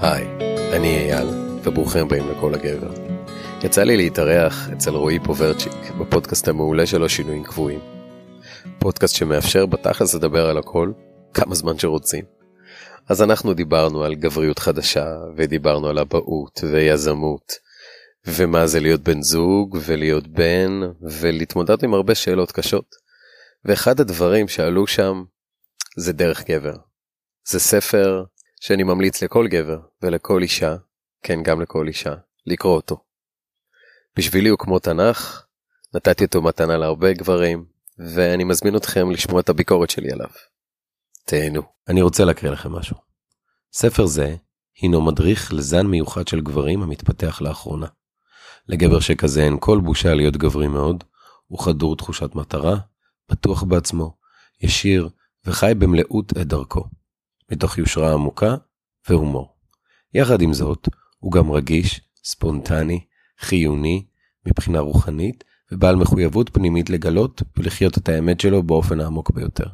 היי, אני אייל, וברוכים הבאים לכל הגבר. יצא לי להתארח אצל רועי פוברצ'יק, בפודקאסט המעולה שלו שינויים קבועים. פודקאסט שמאפשר בתכלס לדבר על הכל, כמה זמן שרוצים. אז אנחנו דיברנו על גבריות חדשה, ודיברנו על אבהות ויזמות, ומה זה להיות בן זוג ולהיות בן, ולהתמודד עם הרבה שאלות קשות. ואחד הדברים שעלו שם זה דרך גבר. זה ספר שאני ממליץ לכל גבר ולכל אישה, כן גם לכל אישה, לקרוא אותו. בשבילי הוא כמו תנ"ך, נתתי אותו מתנה להרבה גברים, ואני מזמין אתכם לשמוע את הביקורת שלי עליו. תהנו. אני רוצה להקריא לכם משהו. ספר זה הינו מדריך לזן מיוחד של גברים המתפתח לאחרונה. לגבר שכזה אין כל בושה להיות גברי מאוד, הוא חדור תחושת מטרה, בטוח בעצמו, ישיר וחי במלאות את דרכו, מתוך יושרה עמוקה והומור. יחד עם זאת, הוא גם רגיש, ספונטני, חיוני, מבחינה רוחנית, ובעל מחויבות פנימית לגלות ולחיות את האמת שלו באופן העמוק ביותר.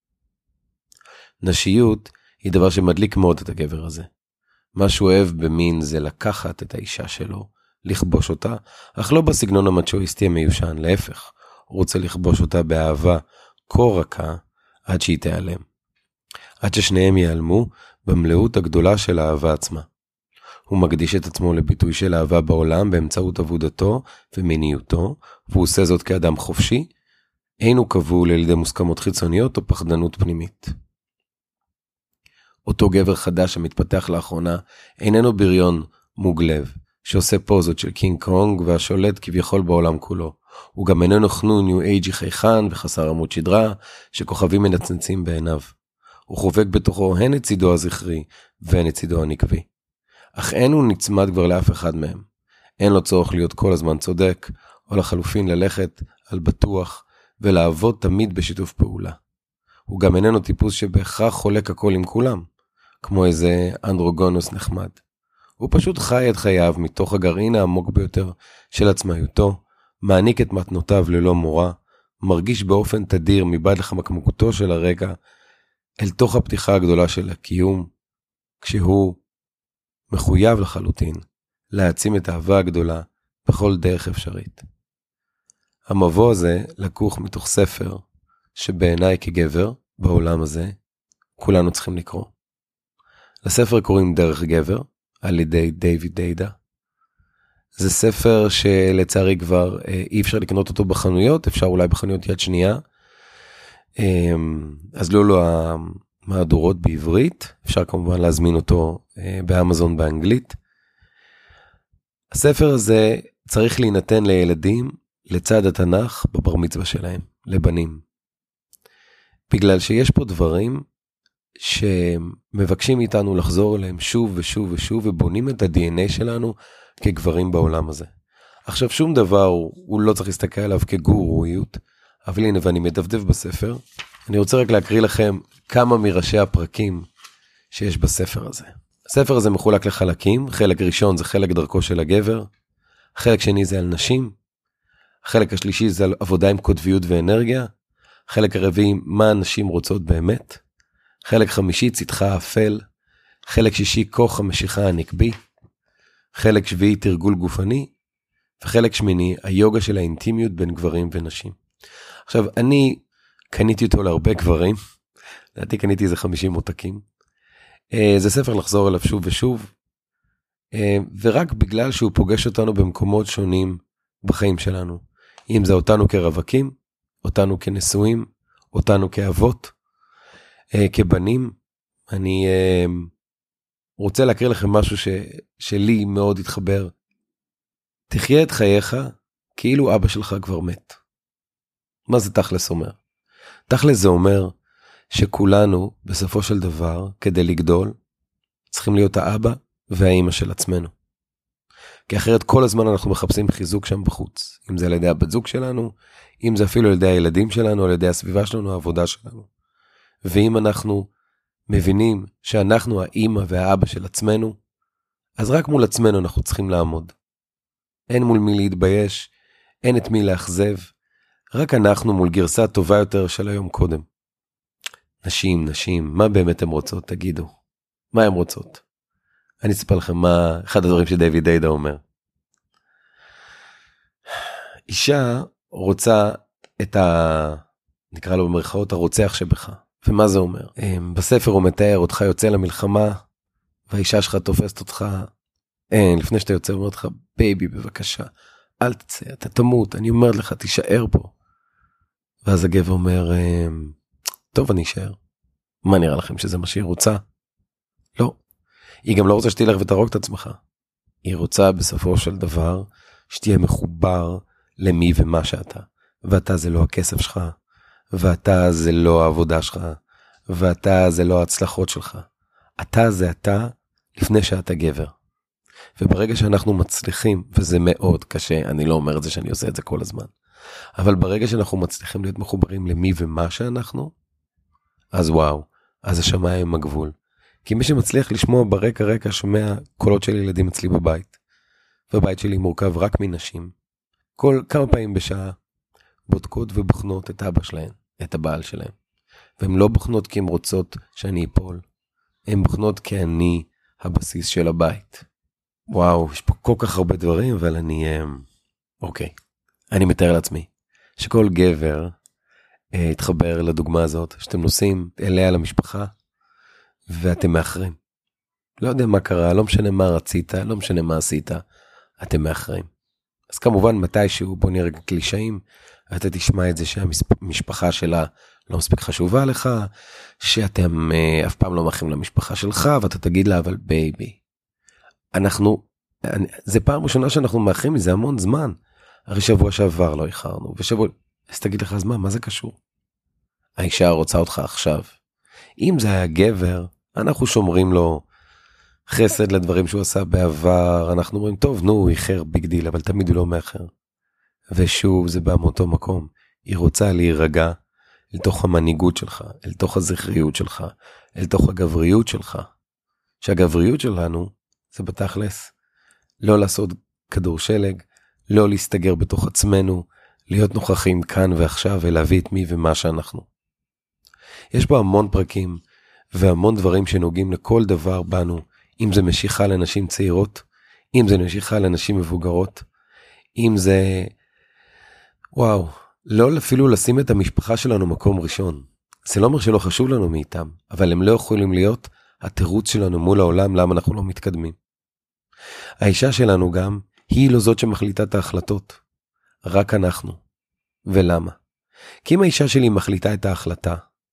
נשיות היא דבר שמדליק מאוד את הגבר הזה. מה שהוא אוהב במין זה לקחת את האישה שלו, לכבוש אותה, אך לא בסגנון המצ'ואיסטי המיושן, להפך. הוא רוצה לכבוש אותה באהבה כה רכה עד שהיא תיעלם. עד ששניהם ייעלמו במלאות הגדולה של האהבה עצמה. הוא מקדיש את עצמו לביטוי של אהבה בעולם באמצעות עבודתו ומיניותו, והוא עושה זאת כאדם חופשי, אין הוא כבול על ידי מוסכמות חיצוניות או פחדנות פנימית. אותו גבר חדש שמתפתח לאחרונה איננו בריון מוגלב, שעושה פוזות של קינג קונג והשולט כביכול בעולם כולו. הוא גם איננו חנון ניו אייג'י חייכן וחסר עמוד שדרה, שכוכבים מנצנצים בעיניו. הוא חובק בתוכו הן את צידו הזכרי והן את צידו הנקבי. אך אין הוא נצמד כבר לאף אחד מהם. אין לו צורך להיות כל הזמן צודק, או לחלופין ללכת על בטוח ולעבוד תמיד בשיתוף פעולה. הוא גם איננו טיפוס שבהכרח חולק הכל עם כולם, כמו איזה אנדרוגונוס נחמד. הוא פשוט חי את חייו מתוך הגרעין העמוק ביותר של עצמאיותו, מעניק את מתנותיו ללא מורא, מרגיש באופן תדיר מבעד לחמקמקותו של הרגע, אל תוך הפתיחה הגדולה של הקיום, כשהוא מחויב לחלוטין להעצים את האהבה הגדולה בכל דרך אפשרית. המבוא הזה לקוח מתוך ספר שבעיניי כגבר בעולם הזה כולנו צריכים לקרוא. לספר קוראים דרך גבר על ידי דיוויד דיידה. זה ספר שלצערי כבר אי אפשר לקנות אותו בחנויות, אפשר אולי בחנויות יד שנייה. אז לא המהדורות בעברית, אפשר כמובן להזמין אותו באמזון באנגלית. הספר הזה צריך להינתן לילדים לצד התנ"ך בבר מצווה שלהם, לבנים. בגלל שיש פה דברים שמבקשים איתנו לחזור אליהם שוב ושוב ושוב, ובונים את ה-DNA שלנו כגברים בעולם הזה. עכשיו שום דבר הוא לא צריך להסתכל עליו כגורואיות, אבל הנה ואני מדפדף בספר, אני רוצה רק להקריא לכם כמה מראשי הפרקים שיש בספר הזה. הספר הזה מחולק לחלקים, חלק ראשון זה חלק דרכו של הגבר, חלק שני זה על נשים, חלק השלישי זה על עבודה עם קוטביות ואנרגיה, חלק הרביעי מה הנשים רוצות באמת, חלק חמישי צדך האפל, חלק שישי כוח המשיכה הנקבי, חלק שביעי תרגול גופני, וחלק שמיני היוגה של האינטימיות בין גברים ונשים. עכשיו אני קניתי אותו להרבה גברים, לדעתי קניתי איזה 50 מותקים, זה ספר לחזור אליו שוב ושוב, ורק בגלל שהוא פוגש אותנו במקומות שונים בחיים שלנו, אם זה אותנו כרווקים, אותנו כנשואים, אותנו כאבות, כבנים. אני רוצה להקריא לכם משהו שלי מאוד התחבר. תחיה את חייך כאילו אבא שלך כבר מת. מה זה תכלס אומר? תכלס זה אומר שכולנו בסופו של דבר כדי לגדול צריכים להיות האבא והאמא של עצמנו. כי אחרת כל הזמן אנחנו מחפשים חיזוק שם בחוץ. אם זה על ידי הבת זוג שלנו, אם זה אפילו על ידי הילדים שלנו, על ידי הסביבה שלנו, העבודה שלנו. ואם אנחנו מבינים שאנחנו האמא והאבא של עצמנו, אז רק מול עצמנו אנחנו צריכים לעמוד. אין מול מי להתבייש, אין את מי לאכזב, רק אנחנו מול גרסה טובה יותר של היום קודם. נשים, מה באמת הן רוצות? תגידו. מה הן רוצות? אני אספר לכם מה אחד הדברים שדייוויד היידה אומר. אישה רוצה את נקרא לו במרכאות הרוצח שבך. ומה זה אומר? בספר הוא מתאר אותך יוצא למלחמה, והאישה שלך תופסת אותך, לפני שאתה יוצא אומרת לך, בייבי בבקשה, אל תצא, אתה תמות, אני אומרת לך, תישאר פה. ואז הגבר אומר, טוב אני אשאר. מה נראה לכם שזה מה שהיא רוצה? לא. היא גם לא רוצה שתלך ותרוג את עצמך. היא רוצה בסופו של דבר, שתהיה מחובר למי ומה שאתה. ואתה זה לא הכסף שלך, ואתה זה לא העבודה שלך, ואתה זה לא ההצלחות שלך. אתה זה אתה לפני שאתה גבר. וברגע שאנחנו מצליחים, וזה מאוד קשה, אני לא אומר את זה שאני עושה את זה כל הזמן, אבל ברגע שאנחנו מצליחים להיות מחוברים למי ומה שאנחנו, אז וואו, אז השמיים הגבול. כי מי שמצליח לשמוע ברקע שומע קולות של ילדים אצלי בבית, והבית שלי מורכב רק מנשים. כמה פעמים בשעה בודקות ובוחנות את אבא שלהן, את הבעל שלהן. והן לא בוחנות כי הן רוצות שאני אפול, הן בוחנות כי אני הבסיס של הבית. וואו, יש פה כל כך הרבה דברים, אבל אוקיי. אני מתאר לעצמי שכל גבר יתחבר לדוגמה הזאת, שאתם נוסעים אליה למשפחה, ואתם מאחרים. לא יודע מה קרה, לא משנה מה רצית, לא משנה מה עשית, אתם מאחרים. אז כמובן מתישהו, בוא נראה קלישאים, אתה תשמע את זה שהמשפחה שלה לא מספיק חשובה לך, שאתם אף פעם לא מאחרים למשפחה שלך, ואתה תגיד לה, אבל בייבי, זה פעם ראשונה שאנחנו מאחרים מזה המון זמן. הרי שבוע שעבר לא איחרנו, אז תגיד לך, אז מה זה קשור? האישה רוצה אותך עכשיו. אם זה היה גבר, אנחנו שומרים לו חסד לדברים שהוא עשה בעבר, אנחנו אומרים, טוב, נו, הוא איחר ביג דיל, אבל תמיד הוא לא מאחר. ושוב, זה בא מאותו מקום. היא רוצה להירגע אל תוך המנהיגות שלך, אל תוך הזכריות שלך, אל תוך הגבריות שלך. שהגבריות שלנו, זה בתכלס, לא לעשות כדור שלג, לא להסתגר בתוך עצמנו, להיות נוכחים כאן ועכשיו ולהביא את מי ומה שאנחנו. יש פה המון פרקים והמון דברים שנוגעים לכל דבר בנו, אם זה משיכה לנשים צעירות, אם זה משיכה לנשים מבוגרות, אם זה, וואו, לא אפילו לשים את המשפחה שלנו מקום ראשון. זה לא אומר שלא חשוב לנו מאיתם, אבל הם לא יכולים להיות התירוץ שלנו מול העולם למה אנחנו לא מתקדמים. האישה שלנו גם, היא לא זאת שמחליטה את ההחלטות, רק אנחנו. ולמה? כי אם האישה שלי מחליטה את ההחלטה,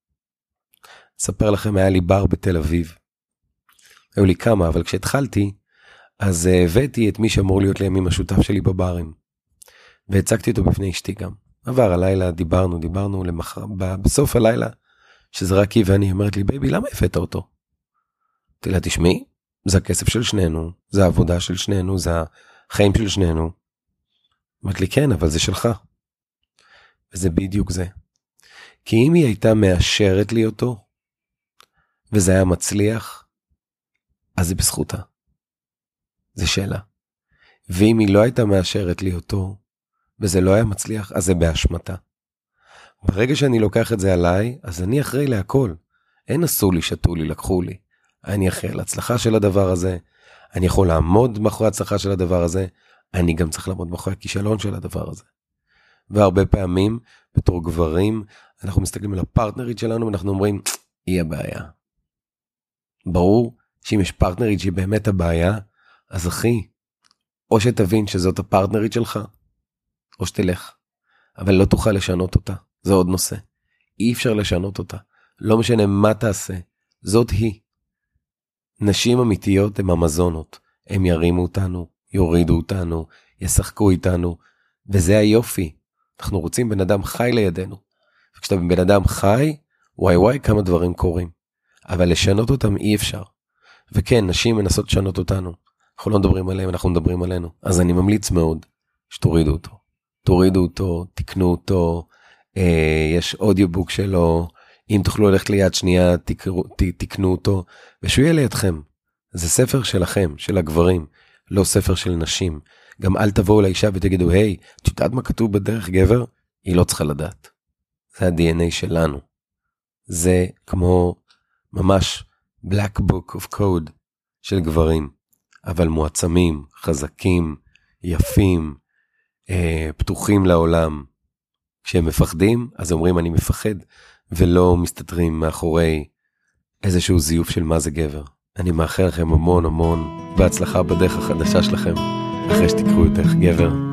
אספר לכם, היה לי בר בתל אביב. היו לי כמה, אבל כשהתחלתי, אז הבאתי את מי שאמור להיות לימים השותף שלי בברים. והצגתי אותו בפני אשתי גם. עבר הלילה, דיברנו למחר, בסוף הלילה, שזה רק היא ואני, אומרת לי, בייבי, למה הבאת אותו? אמרתי לה, תשמעי, זה הכסף של שנינו, זה העבודה של שנינו, זה החיים של שנינו. אמרת לי, כן, אבל זה שלך. וזה בדיוק זה. כי אם היא הייתה מאשרת לי אותו, וזה היה מצליח, אז זה בזכותה. זה שאלה. ואם היא לא הייתה מאשרת לי אותו, וזה לא היה מצליח, אז זה באשמתה. ברגע שאני לוקח את זה עליי, אז אני אחראי להכל. אין עשו לי, שתו לי, לקחו לי. אני אחראי להצלחה של הדבר הזה, אני יכול לעמוד מאחורי ההצלחה של הדבר הזה, אני גם צריך לעמוד מאחורי הכישלון של הדבר הזה. והרבה פעמים, בתור גברים, אנחנו מסתכלים על הפרטנרית שלנו, ואנחנו אומרים, היא הבעיה. ברור שאם יש פרטנרית שהיא באמת הבעיה, אז אחי, או שתבין שזאת הפרטנרית שלך, או שתלך. אבל לא תוכל לשנות אותה, זה עוד נושא. אי אפשר לשנות אותה, לא משנה מה תעשה, זאת היא. נשים אמיתיות הן המזונות, הם ירימו אותנו, יורידו אותנו, ישחקו איתנו, וזה היופי. אנחנו רוצים בן אדם חי לידינו. וכשאתה בן אדם חי, וואי כמה דברים קורים. אבל לשנות אותם אי אפשר. וכן, נשים מנסות לשנות אותנו. אנחנו לא מדברים עליהם, אנחנו מדברים עלינו. אז אני ממליץ מאוד שתורידו אותו. תורידו אותו, תקנו אותו, יש אודיובוק שלו, אם תוכלו ללכת ליד שנייה, תקנו אותו, ושהוא יהיה לידכם. זה ספר שלכם, של הגברים, לא ספר של נשים. גם אל תבואו לאישה ותגידו, היי, את יודעת מה כתוב בדרך גבר? היא לא צריכה לדעת. זה ה-DNA שלנו. זה כמו ממש black book of code של גברים. אבל מועצמים, חזקים, יפים, פתוחים לעולם. כשהם מפחדים, אז אומרים אני מפחד, ולא מסתתרים מאחורי איזשהו זיוף של מה זה גבר. אני מאחל לכם המון המון בהצלחה בדרך החדשה שלכם, אחרי שתקחו יותר גבר.